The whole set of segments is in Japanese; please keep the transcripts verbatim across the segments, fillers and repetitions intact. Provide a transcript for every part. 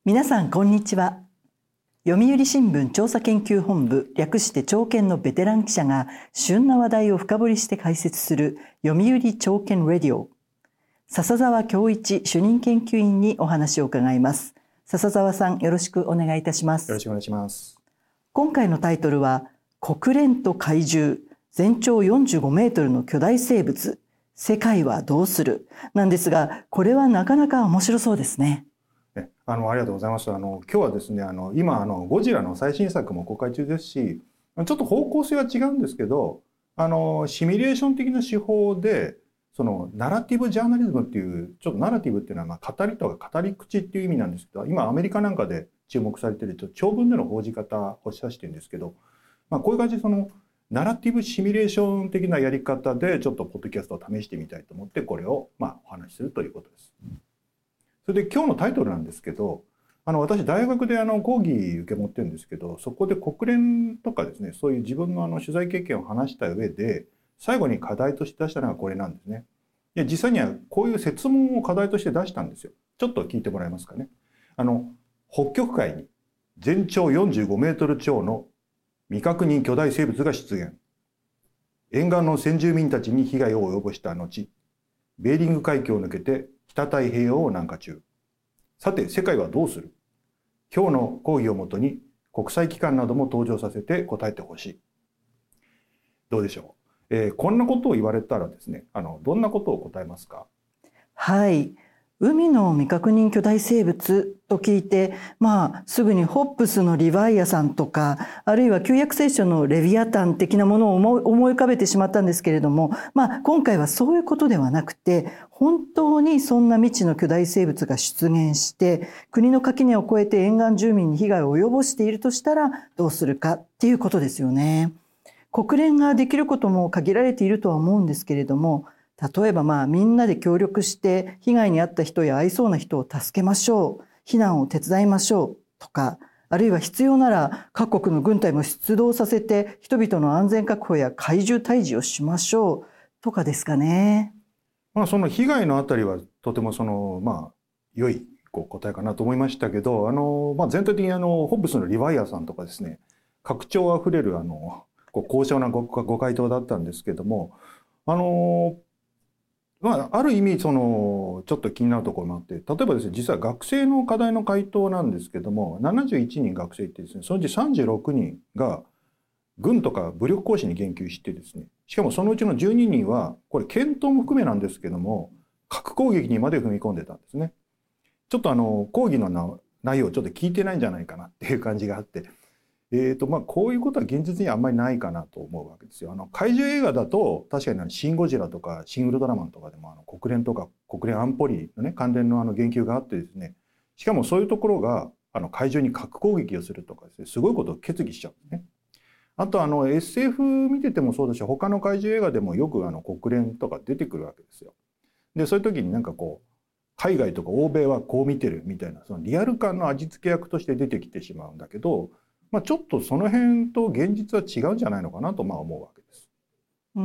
皆さんこんにちは。読売新聞調査研究本部、略して朝研のベテラン記者が旬な話題を深掘りして解説する読売朝研ラジオ。笹澤恭一主任研究員にお話を伺います。笹澤さん、よろしくお願いいたします。 よろしくお願いします。 今回のタイトルは、国連と怪獣、全長よんじゅうごメートルの巨大生物、世界はどうするなんですが、これはなかなか面白そうですね。 あのありがとうございます。あの今日はですね、あの今あのゴジラの最新作も公開中ですし、ちょっと方向性は違うんですけど、あのシミュレーション的な手法で、そのナラティブジャーナリズムっていう、ちょっとナラティブっていうのはまあ語りとか語り口っていう意味なんですけど、今アメリカなんかで注目されている長文での報じ方を指してるんですけど、まあ、こういう感じでそのナラティブシミュレーション的なやり方でちょっとポッドキャストを試してみたいと思って、これをまあお話しするということです。それで今日のタイトルなんですけど、あの私大学であの講義受け持ってるんですけど、そこで国連とかですね、そういう自分のあの取材経験を話した上で、最後に課題として出したのがこれなんですね。で実際にはこういう設問を課題として出したんですよ。ちょっと聞いてもらえますかね。あの北極海に全長よんじゅうごメートル超の未確認巨大生物が出現。沿岸の先住民たちに被害を及ぼした後、ベーリング海峡を抜けて北太平洋を南下中。さて世界はどうする？今日の講義をもとに国際機関なども登場させて答えてほしい。どうでしょう、えー、こんなことを言われたらですね、あのどんなことを答えますか？ はい。海の未確認巨大生物と聞いて、まあ、すぐにホップスのリヴァイアさんとか、あるいは旧約聖書のレビアタン的なものを思い、思い浮かべてしまったんですけれども、まあ、今回はそういうことではなくて、本当にそんな未知の巨大生物が出現して、国の垣根を越えて沿岸住民に被害を及ぼしているとしたら、どうするかっていうことですよね。国連ができることも限られているとは思うんですけれども、例えばまあみんなで協力して被害に遭った人や会いそうな人を助けましょう、避難を手伝いましょうとか、あるいは必要なら各国の軍隊も出動させて人々の安全確保や怪獣退治をしましょうとかですかね。 まあその被害のあたりはとてもそのまあ良いこう答えかなと思いましたけど、あのまあ全体的にあのホッブスのリヴァイアさんとかですね、拡張あふれるあのこう高尚な ご, ご回答だったんですけども、あのまあ、ある意味そのちょっと気になるところもあって、例えばですね、実は学生の課題の回答なんですけども、ななじゅういちにん学生いてですね、そのうちさんじゅうろくにんが軍とか武力行使に言及してですね、しかもそのうちのじゅうににんはこれ検討も含めなんですけども、核攻撃にまで踏み込んでたんですね。ちょっとあの講義の内容をちょっと聞いてないんじゃないかなっていう感じがあって、えーとまあ、こういうことは現実にあんまりないかなと思うわけですよ。あの怪獣映画だと確かにシン・ゴジラとかシン・ウルトラマンとかでもあの国連とか国連安保理の、ね、関連のあの言及があってですね、しかもそういうところがあの怪獣に核攻撃をするとかですね、すごいことを決議しちゃうんですね。あとあの エスエフ 見ててもそうだし、他の怪獣映画でもよくあの国連とか出てくるわけですよ。でそういう時になんかこう海外とか欧米はこう見てるみたいな、そのリアル感の味付け役として出てきてしまうんだけど、まあ、ちょっとその辺と現実は違うんじゃないのかなとまあ思うわけです。 うん、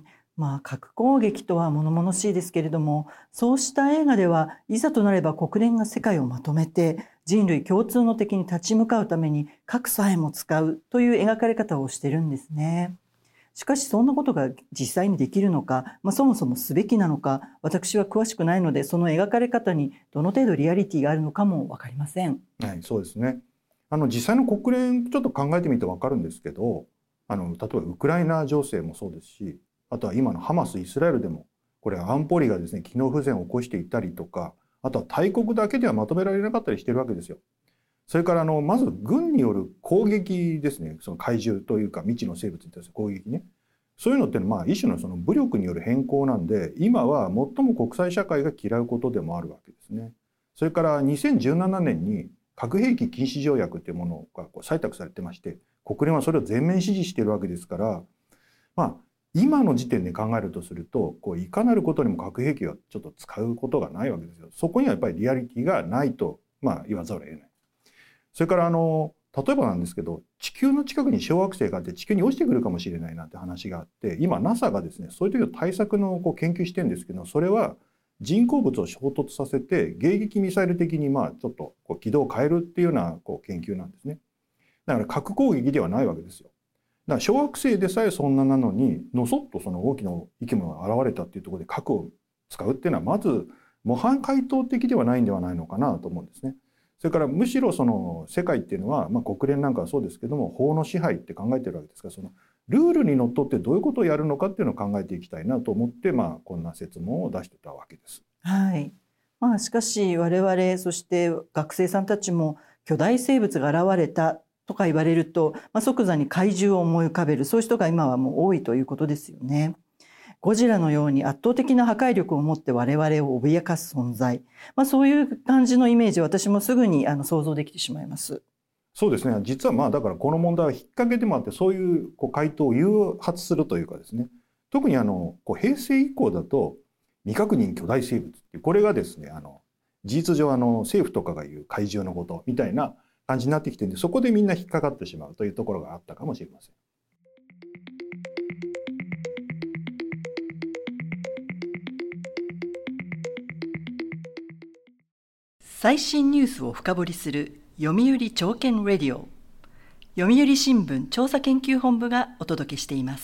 まあ核攻撃とは物々しいですけれども、そうした映画ではいざとなれば国連が世界をまとめて人類共通の敵に立ち向かうために核さえも使うという描かれ方をしてるんですね。しかしそんなことが実際にできるのか、まあ、そもそもすべきなのか、私は詳しくないのでその描かれ方にどの程度リアリティがあるのかも分かりません。 はい、そうですね。あの実際の国連ちょっと考えてみて分かるんですけど、あの例えばウクライナ情勢もそうですし、あとは今のハマス・イスラエルでもこれ安保理がですね機能不全を起こしていたりとか、あとは大国だけではまとめられなかったりしてるわけですよ。それからあのまず軍による攻撃ですね、その怪獣というか未知の生物に対する攻撃ね、そういうのってのはまあ一種のその武力による変更なんで、今は最も国際社会が嫌うことでもあるわけですね。それからにせんじゅうななねんに核兵器禁止条約というものがこう採択されてまして、国連はそれを全面支持しているわけですから、まあ今の時点で考えるとすると、こういかなることにも核兵器はちょっと使うことがないわけですよ。そこにはやっぱりリアリティがないとまあ言わざるを得ない。それからあの例えばなんですけど、地球の近くに小惑星があって地球に落ちてくるかもしれないなんて話があって、今 ナサ がですねそういう時の対策のこう研究してるんですけど、それは人工物を衝突させて迎撃ミサイル的にまあちょっとこう軌道を変えるっていうようなこう研究なんですね。だから核攻撃ではないわけですよ。だから小惑星でさえそんななのにのそっとその大きな生き物が現れたっていうところで核を使うっていうのはまず模範解答的ではないんではないのかなと思うんですね。それからむしろその世界っていうのは、まあ、国連なんかはそうですけども法の支配って考えてるわけですから、そのルールにのっとってどういうことをやるのかっていうのを考えていきたいなと思って、まあ、こんな設問を出してたわけです。 はい。まあ、しかし我々そして学生さんたちも巨大生物が現れたとか言われると、まあ、即座に怪獣を思い浮かべる、そういう人が今はもう多いということですよね。ゴジラのように圧倒的な破壊力を持って我々を脅かす存在、まあ、そういう感じのイメージ、私もすぐにあの想像できてしまいます。 そうですね。実はまあだからこの問題は引っ掛けでもあって、そういうこう回答を誘発するというかですね、特にあのこう平成以降だと未確認巨大生物ってこれがですね、あの事実上あの政府とかが言う怪獣のことみたいな感じになってきてるんで、そこでみんな引っかかってしまうというところがあったかもしれません。 最新ニュースを深掘りする読売朝券レディオ、読売新聞調査研究本部がお届けしています。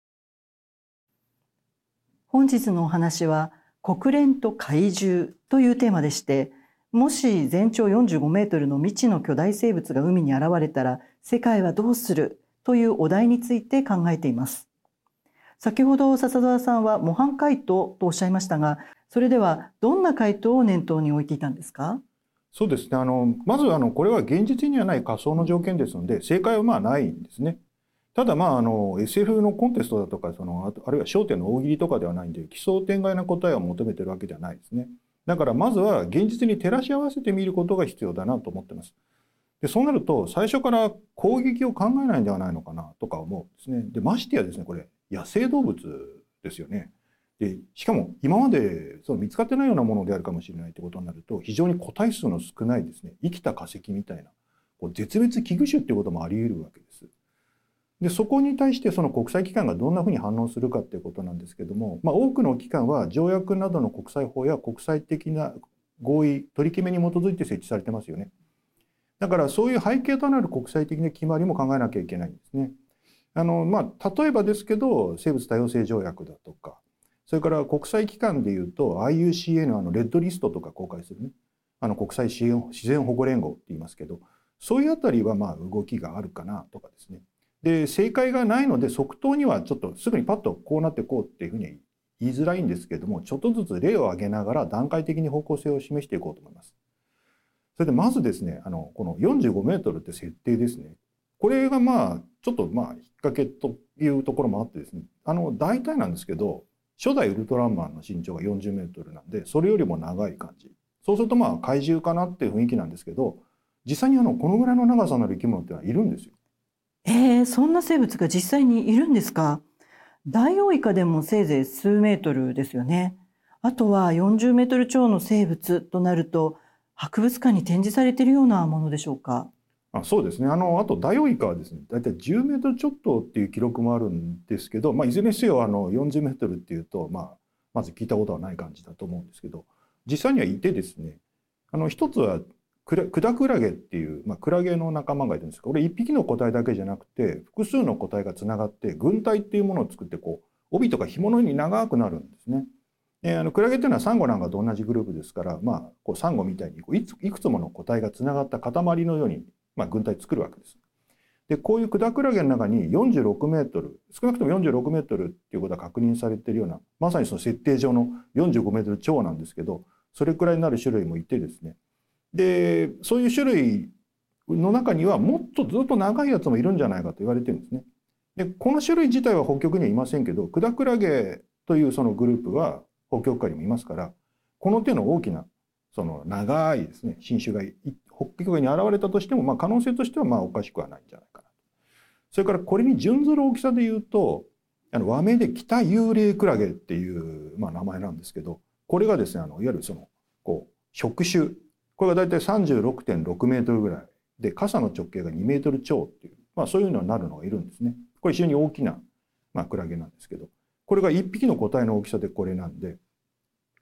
本日のお話は国連と怪獣というテーマでして、もし全長よんじゅうごメートルの未知の巨大生物が海に現れたら世界はどうするというお題について考えています。先ほど笹澤さんは模範解答とおっしゃいましたが、それではどんな回答を念頭に置いていたんですか？ そうですね。あのまずあのこれは現実にはない仮想の条件ですので、正解はまあないんですね。ただまああの エスエフ のコンテストだとか、そのあるいは焦点の大喜利とかではないんで、奇想天外な答えを求めてるわけではないですね。だからまずは現実に照らし合わせてみることが必要だなと思ってます。でそうなると最初から攻撃を考えないんではないのかなとか思うんですね。でましてやですね、これ野生動物ですよね。でしかも今までその見つかってないようなものであるかもしれないということになると、非常に個体数の少ないですね、生きた化石みたいなこう絶滅危惧種っていうこともあり得るわけです。でそこに対してその国際機関がどんなふうに反応するかっていうことなんですけども、まあ、多くの機関は条約などの国際法や国際的な合意取り決めに基づいて設置されてますよね。だからそういう背景となる国際的な決まりも考えなきゃいけないんですね。あのまあ、例えばですけど生物多様性条約だとか、それから国際機関でいうと アイユーシーエー のあのレッドリストとか公開するね、あの国際自然保護連合って言いますけど、そういうあたりはまあ動きがあるかなとかですね。で正解がないので即答にはちょっとすぐにパッとこうなってこうっていうふうに言いづらいんですけれども、ちょっとずつ例を挙げながら段階的に方向性を示していこうと思います。それでまずですね、あのこのよんじゅうごメートルって設定ですね。これがまあちょっとまあ引っ掛けというところもあってですね、あの大体なんですけど、初代ウルトラマンの身長がよんじゅうメートルなんで、それよりも長い感じ。そうするとまあ怪獣かなっていう雰囲気なんですけど、実際にあのこのぐらいの長さのある生き物っていうのはいるんですよ。 えー、そんな生物が実際にいるんですか？ダイオウイカでもせいぜい数メートルですよね。あとはよんじゅうメートル超の生物となると博物館に展示されているようなものでしょうか？ あ、そうですね。あのあとダイオウイカはですね、だいたいじゅうメートルちょっとっていう記録もあるんですけど、まあ、いずれにせよあのよんじゅうメートルっていうと、まあ、まず聞いたことはない感じだと思うんですけど、実際にはいてですね、あの一つはクラクダクラゲっていう、まあ、クラゲの仲間がいるんですが、これ一匹の個体だけじゃなくて複数の個体がつながって群体っていうものを作って、こう帯とか紐のように長くなるんですね。えー、あのクラゲっていうのはサンゴなんかと同じグループですから、まあ、こうサンゴみたいにこういついくつもの個体がつながった塊のように、まあ、群体作るわけです。でこういうクダクラゲの中によんじゅうろくメートル、少なくともよんじゅうろくメートルっていうことが確認されているような、まさにその設定上のよんじゅうごメートル超なんですけど、それくらいになる種類もいてですね、でそういう種類の中にはもっとずっと長いやつもいるんじゃないかと言われてるんですね。でこの種類自体は北極にはいませんけど、クダクラゲというそのグループは北極海にもいますから、この手の大きなその長いですね新種が北極海に現れたとしても、まあ、可能性としてはまあおかしくはないんじゃないかな。それからこれに準ずる大きさでいうと、あの和名で北幽霊クラゲっていう、まあ、名前なんですけど、これがですね、あのいわゆるそのこう触手、これが大体 さんじゅうろくてんろくメートルぐらいで、傘の直径がにメートル超っていう、まあ、そういうのになるのがいるんですね。これ非常に大きな、まあ、クラゲなんですけど、これがいっぴきの個体の大きさでこれなんで、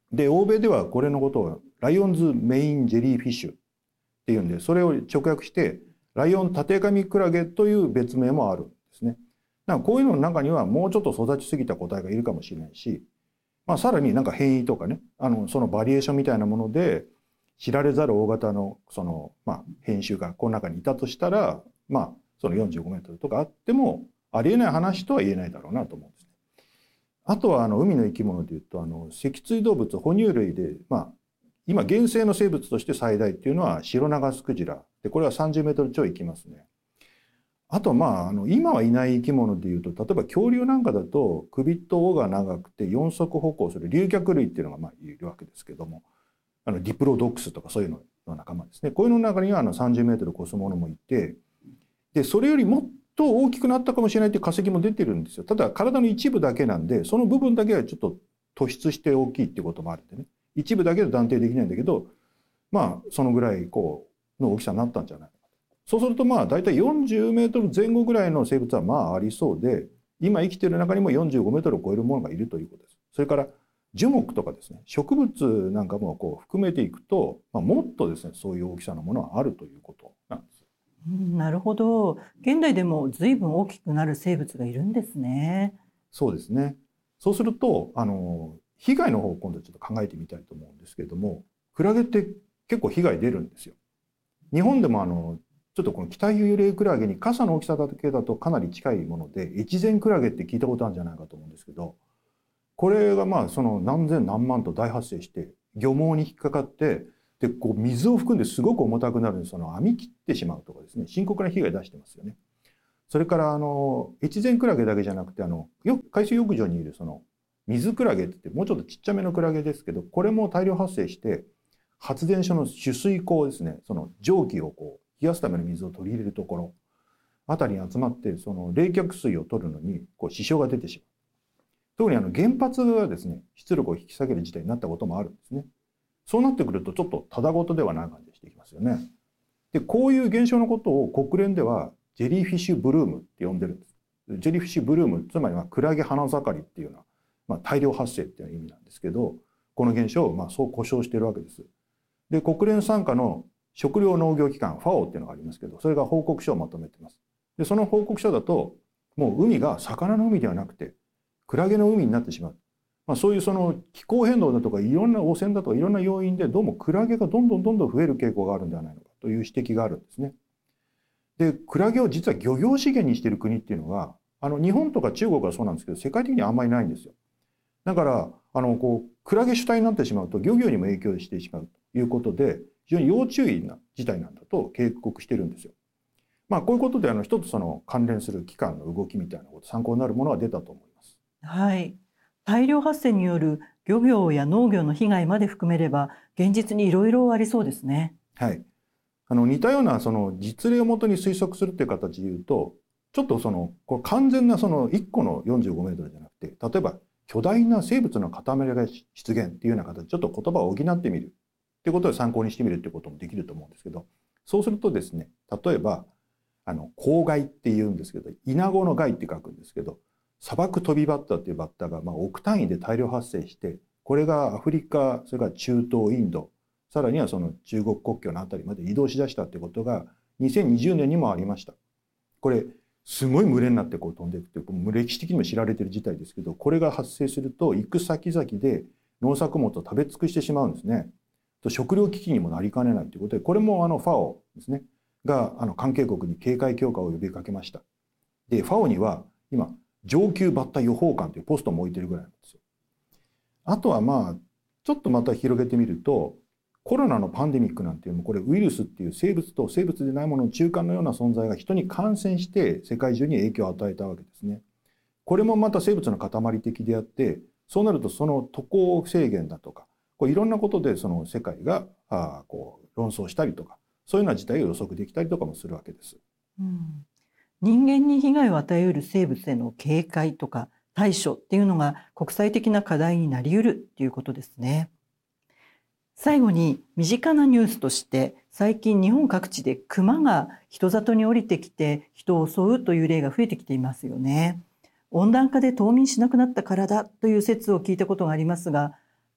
で欧米ではこれのことをライオンズメインジェリーフィッシュっていうんで、それを直訳してライオンタテガミクラゲという別名もあるんですね。だからこういうのの中にはもうちょっと育ちすぎた個体がいるかもしれないし、まあ、さらになんか変異とかね、あのそのバリエーションみたいなもので知られざる大型のその、まあ、変種がこの中にいたとしたら、まあ、そのよんじゅうごメートルとかあってもありえない話とは言えないだろうなと思うんですね。あとはあの海の生き物でいうとあの脊椎動物哺乳類で、まあ、今原生の生物として最大っていうのはシロナガスクジラで、これはさんじゅうメートルちょいいきますね。あとまああの今はいない生き物でいうと、例えば恐竜なんかだと首と尾が長くて四足歩行する竜脚類っていうのがまあいるわけですけども、あのディプロドックスとかそういうのの仲間ですね。こういうの中にはあのさんじゅうメートル超すものもいて、でそれよりもっと大きくなったかもしれないという化石も出てるんですよ。ただ体の一部だけなんで、その部分だけはちょっと突出して大きいっていうこともあるんでね、一部だけで断定できないんだけど、まあそのぐらいこうの大きさになったんじゃないかと。そうするとまあ大体よんじゅうメートル前後ぐらいの生物はまあありそうで、今生きている中にもよんじゅうごメートルを超えるものがいるということです。それから樹木とかですね、植物なんかもこう含めていくと、まあ、もっとですねそういう大きさのものはあるということなんです。 うん、なるほど。現代でも随分大きくなる生物がいるんですね。 そうですね。そうするとあの被害の方を今度ちょっと考えてみたいと思うんですけれども、クラゲって結構被害出るんですよ。日本でもあのちょっとこのキタユレイクラゲに傘の大きさだけだとかなり近いもので、越前クラゲって聞いたことあるんじゃないかと思うんですけど、これがまあその何千何万と大発生して漁網に引っかかって、でこう水を含んですごく重たくなるんで、その網切ってしまうとかですね、深刻な被害出してますよね。それからあの越前クラゲだけじゃなくて、あのよ海水浴場にいるその水クラゲって言ってもうちょっとちっちゃめのクラゲですけど、これも大量発生して発電所の取水口ですね、その蒸気をこう冷やすための水を取り入れるところあたりに集まって、その冷却水を取るのにこう支障が出てしまう。特にあの原発がですね出力を引き下げる事態になったこともあるんですね。そうなってくるとちょっとただごとではない感じがしてきますよね。でこういう現象のことを国連ではジェリーフィッシュブルームって呼んでるんです。ジェリーフィッシュブルーム、つまりはクラゲ花盛りっていうような、まあ、大量発生っていう意味なんですけど、この現象をまあそう呼称しているわけです。で国連傘下の食糧農業機関 ファオ っていうのがありますけど、それが報告書をまとめています。でその報告書だと、もう海が魚の海ではなくてクラゲの海になってしまう、まあ、そういうその気候変動だとかいろんな汚染だとかいろんな要因でどうもクラゲがどんどんどんどん増える傾向があるんではないのかという指摘があるんですね。でクラゲを実は漁業資源にしている国っていうのが、あの日本とか中国はそうなんですけど世界的にはあんまりないんですよ。だからあのこうクラゲ主体になってしまうと漁業にも影響してしまうということで、非常に要注意な事態なんだと警告してるんですよ。まあこういうことであの一つその関連する機関の動きみたいなこと、参考になるものは出たと思います。 はい。大量発生による漁業や農業の被害まで含めれば現実にいろいろありそうですね。 はい。あの似たようなその実例をもとに推測するという形でいうと、ちょっとそのこれ完全なそのいっこのよんじゅうごメートルじゃなくて、例えば巨大な生物の塊が出現っていうような形でちょっと言葉を補ってみるっていうことを参考にしてみるっていうこともできると思うんですけど、そうするとですね、例えばあの公害っていうんですけど、イナゴの害って書くんですけど、砂漠飛びバッタっていうバッタがまあ億単位で大量発生して、これがアフリカ、それから中東、インド、さらにはその中国国境のあたりまで移動しだしたってことがにせんにじゅうねんにもありました。これすごい群れになってこう飛んでいくという、歴史的にも知られている事態ですけど、これが発生すると行く先々で農作物を食べ尽くしてしまうんですね。と食糧危機にもなりかねないということで、これもあの ファオ ですねがあの関係国に警戒強化を呼びかけました。で ファオ には今上級バッタ予報官というポストも置いてるぐらいなんですよ。あとはまあちょっとまた広げてみると、コロナのパンデミックなんていうのも、これウイルスっていう生物と生物でないものの中間のような存在が人に感染して世界中に影響を与えたわけですね。これもまた生物の塊的であって、そうなるとその渡航制限だとか、こういろんなことでその世界があこう論争したりとか、そういうような事態を予測できたりとかもするわけです。 うん、人間に被害を与えうる生物への警戒とか対処っていうのが国際的な課題になりうるっていうことですね。最後に身近なニュースとして、最近日本各地でクマが人里に降りてきて人を襲うという例が増えてきていますよね。温暖化で冬眠しなくなったからだという説を聞いたことがありますが、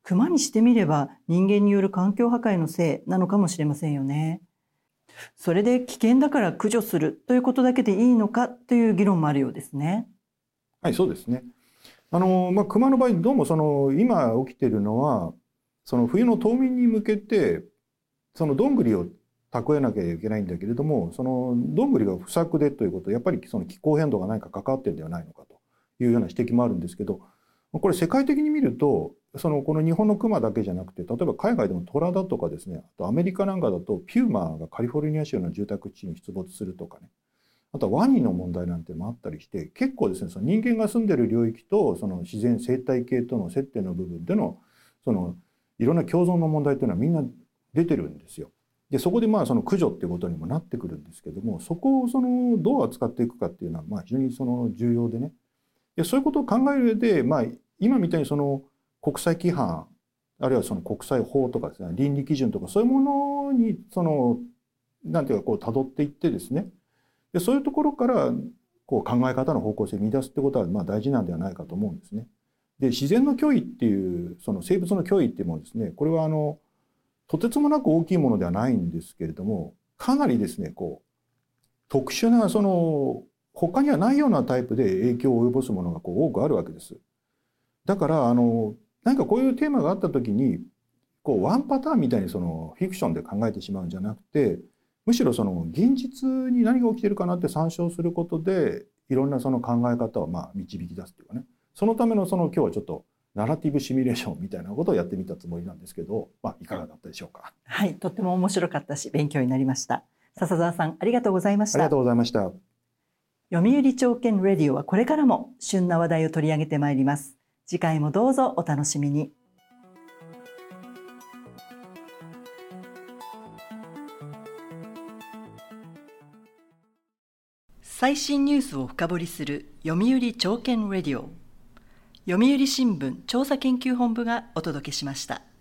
熊にしてみれば人間による環境破壊のせいなのかもしれませんよね。それで危険だから駆除するということだけでいいのかという議論もあるようですね。 はい、そうですね。あの、まあ、熊の場合、どうもその今起きているのは、その冬の冬眠に向けて、そのどんぐりを蓄えなきゃいけないんだけれども、そのどんぐりが不作でということ、やっぱりその気候変動が何か関わっているんではないのかというような指摘もあるんですけど、これ世界的に見ると、そのこの日本のクマだけじゃなくて、例えば海外でもトラだとかですね、あとアメリカなんかだとピューマがカリフォルニア州の住宅地に出没するとかね、あとはワニの問題なんてもあったりして、結構ですね、その人間が住んでる領域とその自然生態系との接点の部分でのそのいろんな共存の問題というのはみんな出てるんですよ。でそこでまあその駆除っていうことにもなってくるんですけども、そこをそのどう扱っていくかっていうのはまあ非常にその重要でね。でそういうことを考える上で、まあ、今みたいにその国際規範あるいはその国際法とかですね、倫理基準とかそういうものにそのなんていうかこう辿っていってですね、でそういうところからこう考え方の方向性を見出すってことはまあ大事なんではないかと思うんですね。で自然の脅威っていうその生物の脅威っていうものですね、これはあのとてつもなく大きいものではないんですけれども、かなりですねこう特殊なその他にはないようなタイプで影響を及ぼすものがこう多くあるわけです。だからあの何かこういうテーマがあった時にこうワンパターンみたいにそのフィクションで考えてしまうんじゃなくて、むしろその現実に何が起きているかなって参照することでいろんなその考え方をまあ導き出すというかね、そのためのその今日はちょっとナラティブシミュレーションみたいなことをやってみたつもりなんですけど、まあ、いかがだったでしょうか。 はい、とっても面白かったし勉強になりました。笹澤さん、ありがとうございました。 ありがとうございました。 読売朝券レディオはこれからも旬な話題を取り上げてまいります。次回もどうぞお楽しみに。最新ニュースを深掘りする読売朝券レディオ。読売新聞調査研究本部がお届けしました。